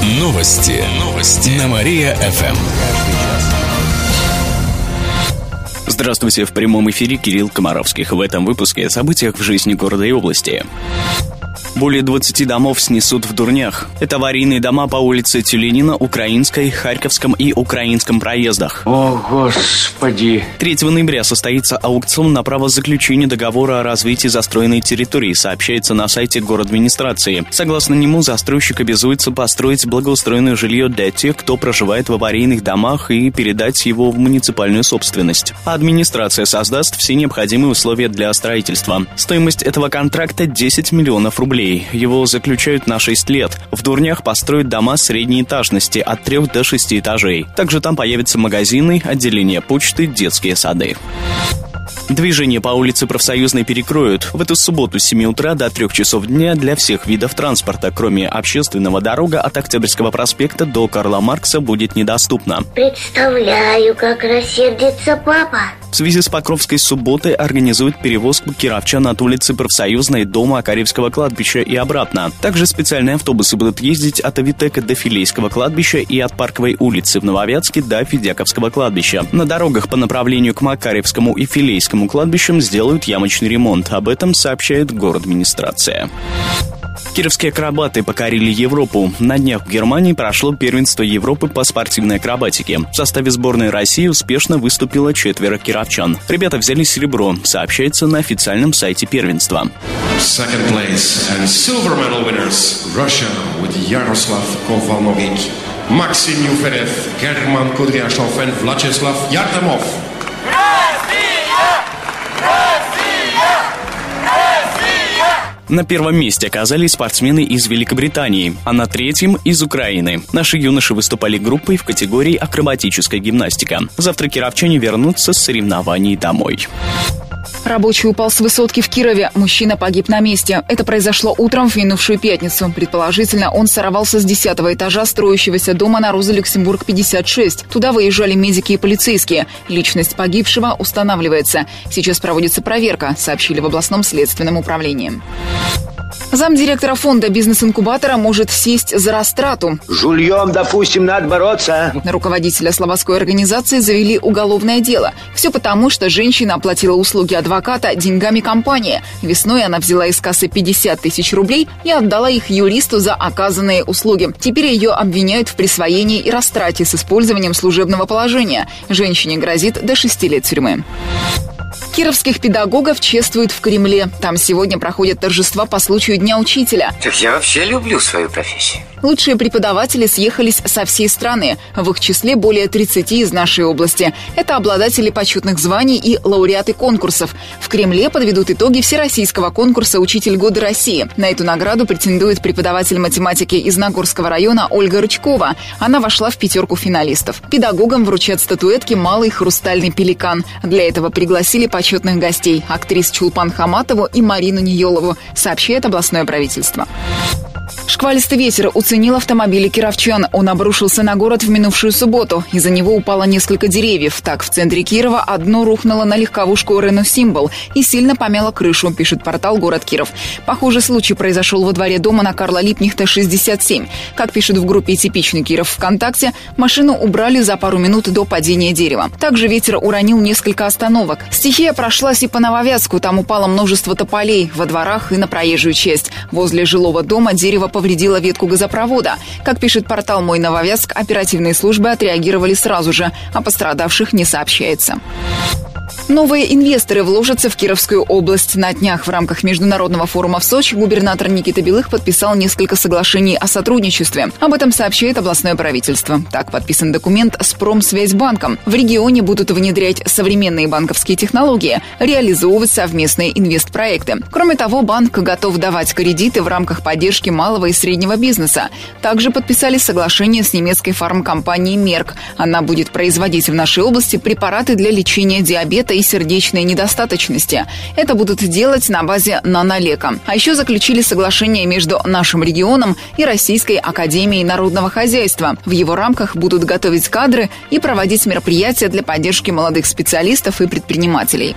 Новости на Мария-ФМ. Здравствуйте, в прямом эфире Кирилл Комаровских. В этом выпуске о событиях в жизни города и области. Более 20 домов снесут в Дурнях. Это аварийные дома по улице Тюленина, Украинской, Харьковском и Украинском проездах. О, Господи! 3 ноября состоится аукцион на право заключения договора о развитии застроенной территории, сообщается на сайте городадминистрации. Согласно нему, застройщик обязуется построить благоустроенное жилье для тех, кто проживает в аварийных домах, и передать его в муниципальную собственность. Администрация создаст все необходимые условия для строительства. Стоимость этого контракта 10 миллионов рублей. Его заключают на 6 лет. В Дурнях построят дома средней этажности от 3 до 6 этажей. Также там появятся магазины, отделения почты, детские сады. Движение по улице Профсоюзной перекроют. В эту субботу с 7 утра до 3 часов дня для всех видов транспорта, кроме общественного, дорога от Октябрьского проспекта до Карла Маркса будет недоступна. Представляю, как рассердится папа. В связи с Покровской субботой организуют перевозку кировчан от улицы Профсоюзной до Макарьевского кладбища и обратно. Также специальные автобусы будут ездить от Авитека до Филейского кладбища и от Парковой улицы в Нововятске до Федяковского кладбища. На дорогах по направлению к Макарьевскому и Филейскому кладбищам сделают ямочный ремонт. Об этом сообщает городадминистрация. Кировские акробаты покорили Европу. На днях в Германии прошло первенство Европы по спортивной акробатике. В составе сборной России успешно выступило 4 кировчан. Ребята взяли серебро, сообщается на официальном сайте первенства. Second place and silver medal winners Russia with Yaroslav Kovalnovik, Maxim Yuferev, German Kudryashov and Vyacheslav Yartamov. На первом месте оказались спортсмены из Великобритании, а на 3-м из Украины. Наши юноши выступали группой в категории акробатическая гимнастика. Завтра кировчане вернутся с соревнований домой. Рабочий упал с высотки в Кирове. Мужчина погиб на месте. Это произошло утром в минувшую пятницу. Предположительно, он сорвался с 10-го этажа строящегося дома на Роза Люксембург, 56. Туда выезжали медики и полицейские. Личность погибшего устанавливается. Сейчас проводится проверка, сообщили в областном следственном управлении. Замдиректора фонда бизнес-инкубатора может сесть за растрату. Жульем, допустим, надо бороться. На руководителя словацкой организации завели уголовное дело. Все потому, что женщина оплатила услуги адвоката деньгами компании. Весной она взяла из кассы 50 тысяч рублей и отдала их юристу за оказанные услуги. Теперь ее обвиняют в присвоении и растрате с использованием служебного положения. Женщине грозит до 6 лет тюрьмы. Кировских педагогов чествуют в Кремле. Там сегодня проходят торжества по случаю Дня учителя. Так я вообще люблю свою профессию. Лучшие преподаватели съехались со всей страны. В их числе более 30 из нашей области. Это обладатели почетных званий и лауреаты конкурсов. В Кремле подведут итоги всероссийского конкурса «Учитель года России». На эту награду претендует преподаватель математики из Нагорского района Ольга Рычкова. Она вошла в 5 финалистов. Педагогам вручат статуэтки «Малый хрустальный пеликан». Для этого пригласили почетных гостей – актрис Чулпан Хаматову и Марину Ниелову, сообщает областное правительство. Шквалистый ветер уценил автомобили кировчан. Он обрушился на город в минувшую субботу. Из-за него упало несколько деревьев. Так, в центре Кирова одно рухнуло на легковушку Renault Symbol и сильно помяло крышу, пишет портал «Город Киров». Похожий случай произошел во дворе дома на Карла Липнихта, 67. Как пишут в группе «Типичный Киров» ВКонтакте, машину убрали за пару минут до падения дерева. Также ветер уронил несколько остановок. Стихия прошлась и по Нововятску. Там упало множество тополей во дворах и на проезжую часть. Возле жилого дома дерево повредило ветку газопровода. Как пишет портал «Мой Нововятск», оперативные службы отреагировали сразу же. О пострадавших не сообщается. Новые инвесторы вложатся в Кировскую область. На днях в рамках международного форума в Сочи губернатор Никита Белых подписал несколько соглашений о сотрудничестве. Об этом сообщает областное правительство. Так подписан документ с Промсвязьбанком. В регионе будут внедрять современные банковские технологии, реализовывать совместные инвестпроекты. Кроме того, банк готов давать кредиты в рамках поддержки малого и среднего бизнеса. Также подписали соглашение с немецкой фармкомпанией Мерк. Она будет производить в нашей области препараты для лечения диабета и сердечной недостаточности. Это будут делать на базе нанолека. А еще заключили соглашение между нашим регионом и Российской академией народного хозяйства. В его рамках будут готовить кадры и проводить мероприятия для поддержки молодых специалистов и предпринимателей.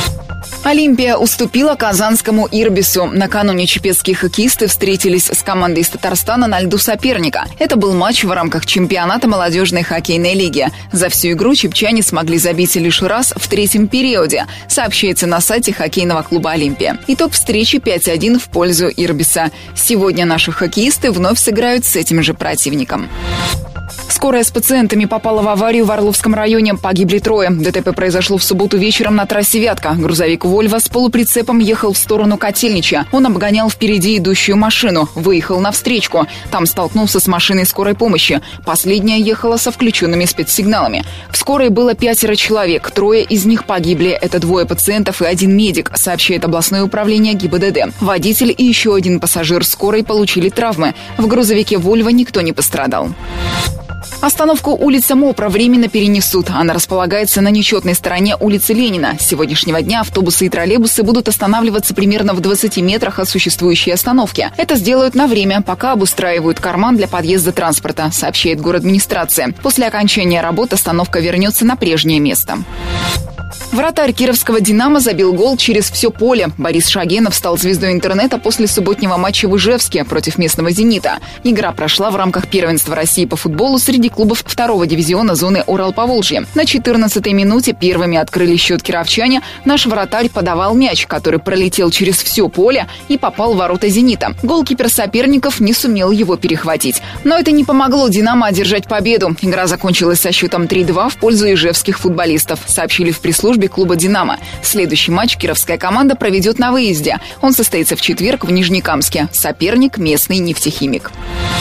Олимпия уступила казанскому Ирбису. Накануне чепецкие хоккеисты встретились с командой из Татарстана на льду соперника. Это был матч в рамках чемпионата молодежной хоккейной лиги. За всю игру чепчане смогли забить лишь раз в третьем периоде, сообщается на сайте хоккейного клуба «Олимпия». Итог встречи 5-1 в пользу Ирбиса. Сегодня наши хоккеисты вновь сыграют с этим же противником. Скорая с пациентами попала в аварию в Орловском районе. Погибли 3. ДТП произошло в субботу вечером на трассе Вятка. Грузовик «Вольво» с полуприцепом ехал в сторону Котельнича. Он обгонял впереди идущую машину. Выехал навстречку. Там столкнулся с машиной скорой помощи. Последняя ехала со включенными спецсигналами. В скорой было 5 человек. 3 из них погибли. Это 2 пациентов и 1 медик, сообщает областное управление ГИБДД. Водитель и еще 1 пассажир скорой получили травмы. В грузовике «Вольво» никто не пострадал. Остановку улица Мопра временно перенесут. Она располагается на нечетной стороне улицы Ленина. С сегодняшнего дня автобусы и троллейбусы будут останавливаться примерно в 20 метрах от существующей остановки. Это сделают на время, пока обустраивают карман для подъезда транспорта, сообщает городадминистрация. После окончания работ остановка вернется на прежнее место. Вратарь кировского «Динамо» забил гол через все поле. Борис Шагенов стал звездой интернета после субботнего матча в Ижевске против местного «Зенита». Игра прошла в рамках первенства России по футболу среди клубов 2-го дивизиона зоны Урал-Поволжье. На 14-й минуте первыми открыли счет кировчане. Наш вратарь подавал мяч, который пролетел через все поле и попал в ворота «Зенита». Голкипер соперников не сумел его перехватить. Но это не помогло «Динамо» одержать победу. Игра закончилась со счетом 3-2 в пользу ижевских футболистов, сообщили в пресс-службе клуба «Динамо». Следующий матч кировская команда проведет на выезде. Он состоится в четверг в Нижнекамске. Соперник – местный нефтехимик.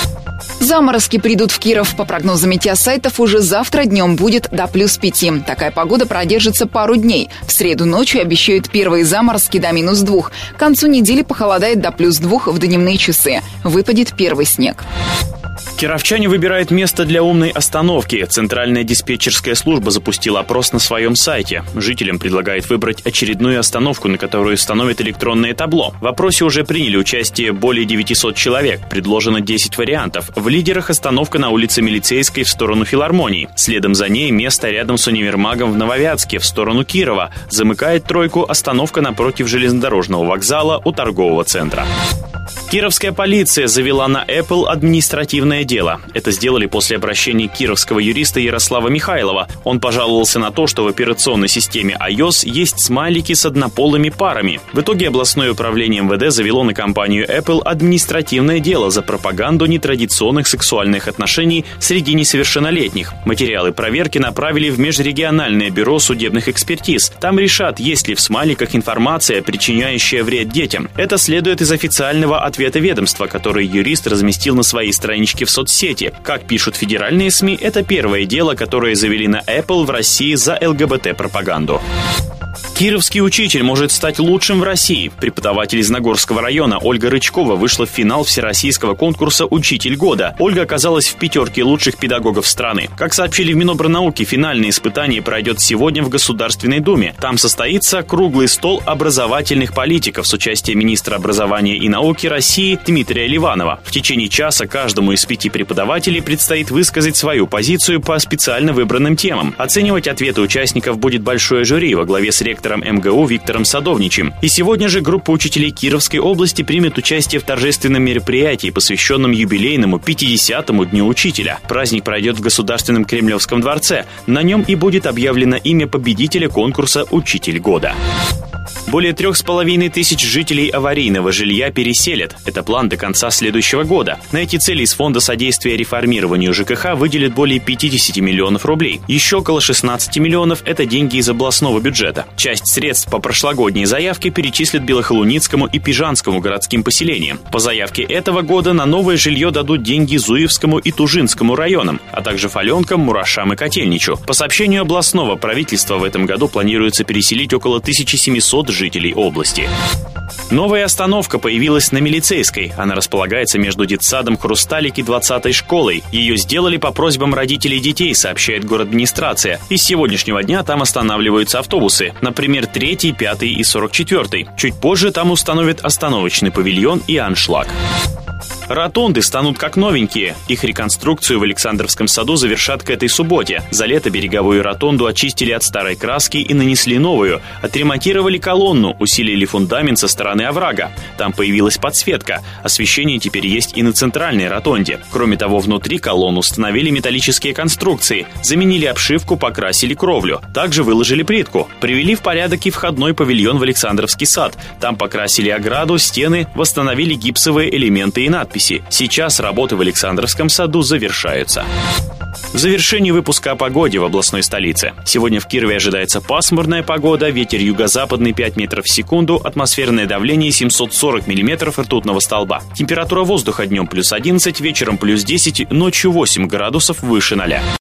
Заморозки придут в Киров. По прогнозам метеосайтов, уже завтра днем будет до +5. Такая погода продержится пару дней. В среду ночью обещают первые заморозки до -2. К концу недели похолодает до +2 в дневные часы. Выпадет первый снег. Кировчане выбирают место для умной остановки. Центральная диспетчерская служба запустила опрос на своем сайте. Жителям предлагает выбрать очередную остановку, на которую установят электронное табло. В опросе уже приняли участие более 900 человек. Предложено 10 вариантов. В лидерах остановка на улице Милицейской в сторону Филармонии. Следом за ней место рядом с универмагом в Нововятске в сторону Кирова. Замыкает тройку остановка напротив железнодорожного вокзала у торгового центра. Кировская полиция завела на Apple административное дело. Это сделали после обращения кировского юриста Ярослава Михайлова. Он пожаловался на то, что в операционной системе iOS есть смайлики с однополыми парами. В итоге областное управление МВД завело на компанию Apple административное дело за пропаганду нетрадиционных сексуальных отношений среди несовершеннолетних. Материалы проверки направили в Межрегиональное бюро судебных экспертиз. Там решат, есть ли в смайликах информация, причиняющая вред детям. Это следует из официального ответа ведомства, который юрист разместил на своей страничке в соцсети. Как пишут федеральные СМИ, это первое дело, которое завели на Apple в России за ЛГБТ-пропаганду. Кировский учитель может стать лучшим в России. Преподаватель из Нагорского района Ольга Рычкова вышла в финал всероссийского конкурса «Учитель года». Ольга оказалась в 5 лучших педагогов страны. Как сообщили в Минобрнауки, финальное испытание пройдет сегодня в Государственной Думе. Там состоится круглый стол образовательных политиков с участием министра образования и науки России Дмитрия Ливанова. В течение часа каждому из 5 преподавателей предстоит высказать свою позицию по специально выбранным темам. Оценивать ответы участников будет большое жюри во главе с ректором МГУ Виктором Садовничем. И сегодня же группа учителей Кировской области примет участие в торжественном мероприятии, посвященном юбилейному 50-му Дню Учителя. Праздник пройдет в Государственном Кремлевском дворце. На нем и будет объявлено имя победителя конкурса «Учитель года». Более 3500 жителей аварийного жилья переселят. Это план до конца следующего года. На эти цели из Фонда содействия реформированию ЖКХ выделят более 50 миллионов рублей. Еще около 16 миллионов – это деньги из областного бюджета. Часть средств по прошлогодней заявке перечислят Белохолуницкому и Пижанскому городским поселениям. По заявке этого года на новое жилье дадут деньги Зуевскому и Тужинскому районам, а также Фаленкам, Мурашам и Котельничу. По сообщению областного правительства, в этом году планируется переселить около 1700 жителей области. Новая остановка появилась на Милицейской. Она располагается между детсадом «Хрусталик» и 20-й школой. Ее сделали по просьбам родителей детей, сообщает городадминистрация. И с сегодняшнего дня там останавливаются автобусы. Например, 3-й, 5-й и 44-й. Чуть позже там установят остановочный павильон и аншлаг. Ротонды станут как новенькие. Их реконструкцию в Александровском саду завершат к этой субботе. За лето береговую ротонду очистили от старой краски и нанесли новую. Отремонтировали колонну, усилили фундамент со стороны оврага. Там появилась подсветка. Освещение теперь есть и на центральной ротонде. Кроме того, внутри колонн установили металлические конструкции. Заменили обшивку, покрасили кровлю. Также выложили плитку. Привели в порядок и входной павильон в Александровский сад. Там покрасили ограду, стены, восстановили гипсовые элементы и надписи. Сейчас работы в Александровском саду завершаются. В завершении выпуска о погоде в областной столице. Сегодня в Кирове ожидается пасмурная погода, ветер юго-западный 5 метров в секунду, атмосферное давление 740 миллиметров ртутного столба. Температура воздуха днем +11, вечером +10, ночью 8 градусов выше 0.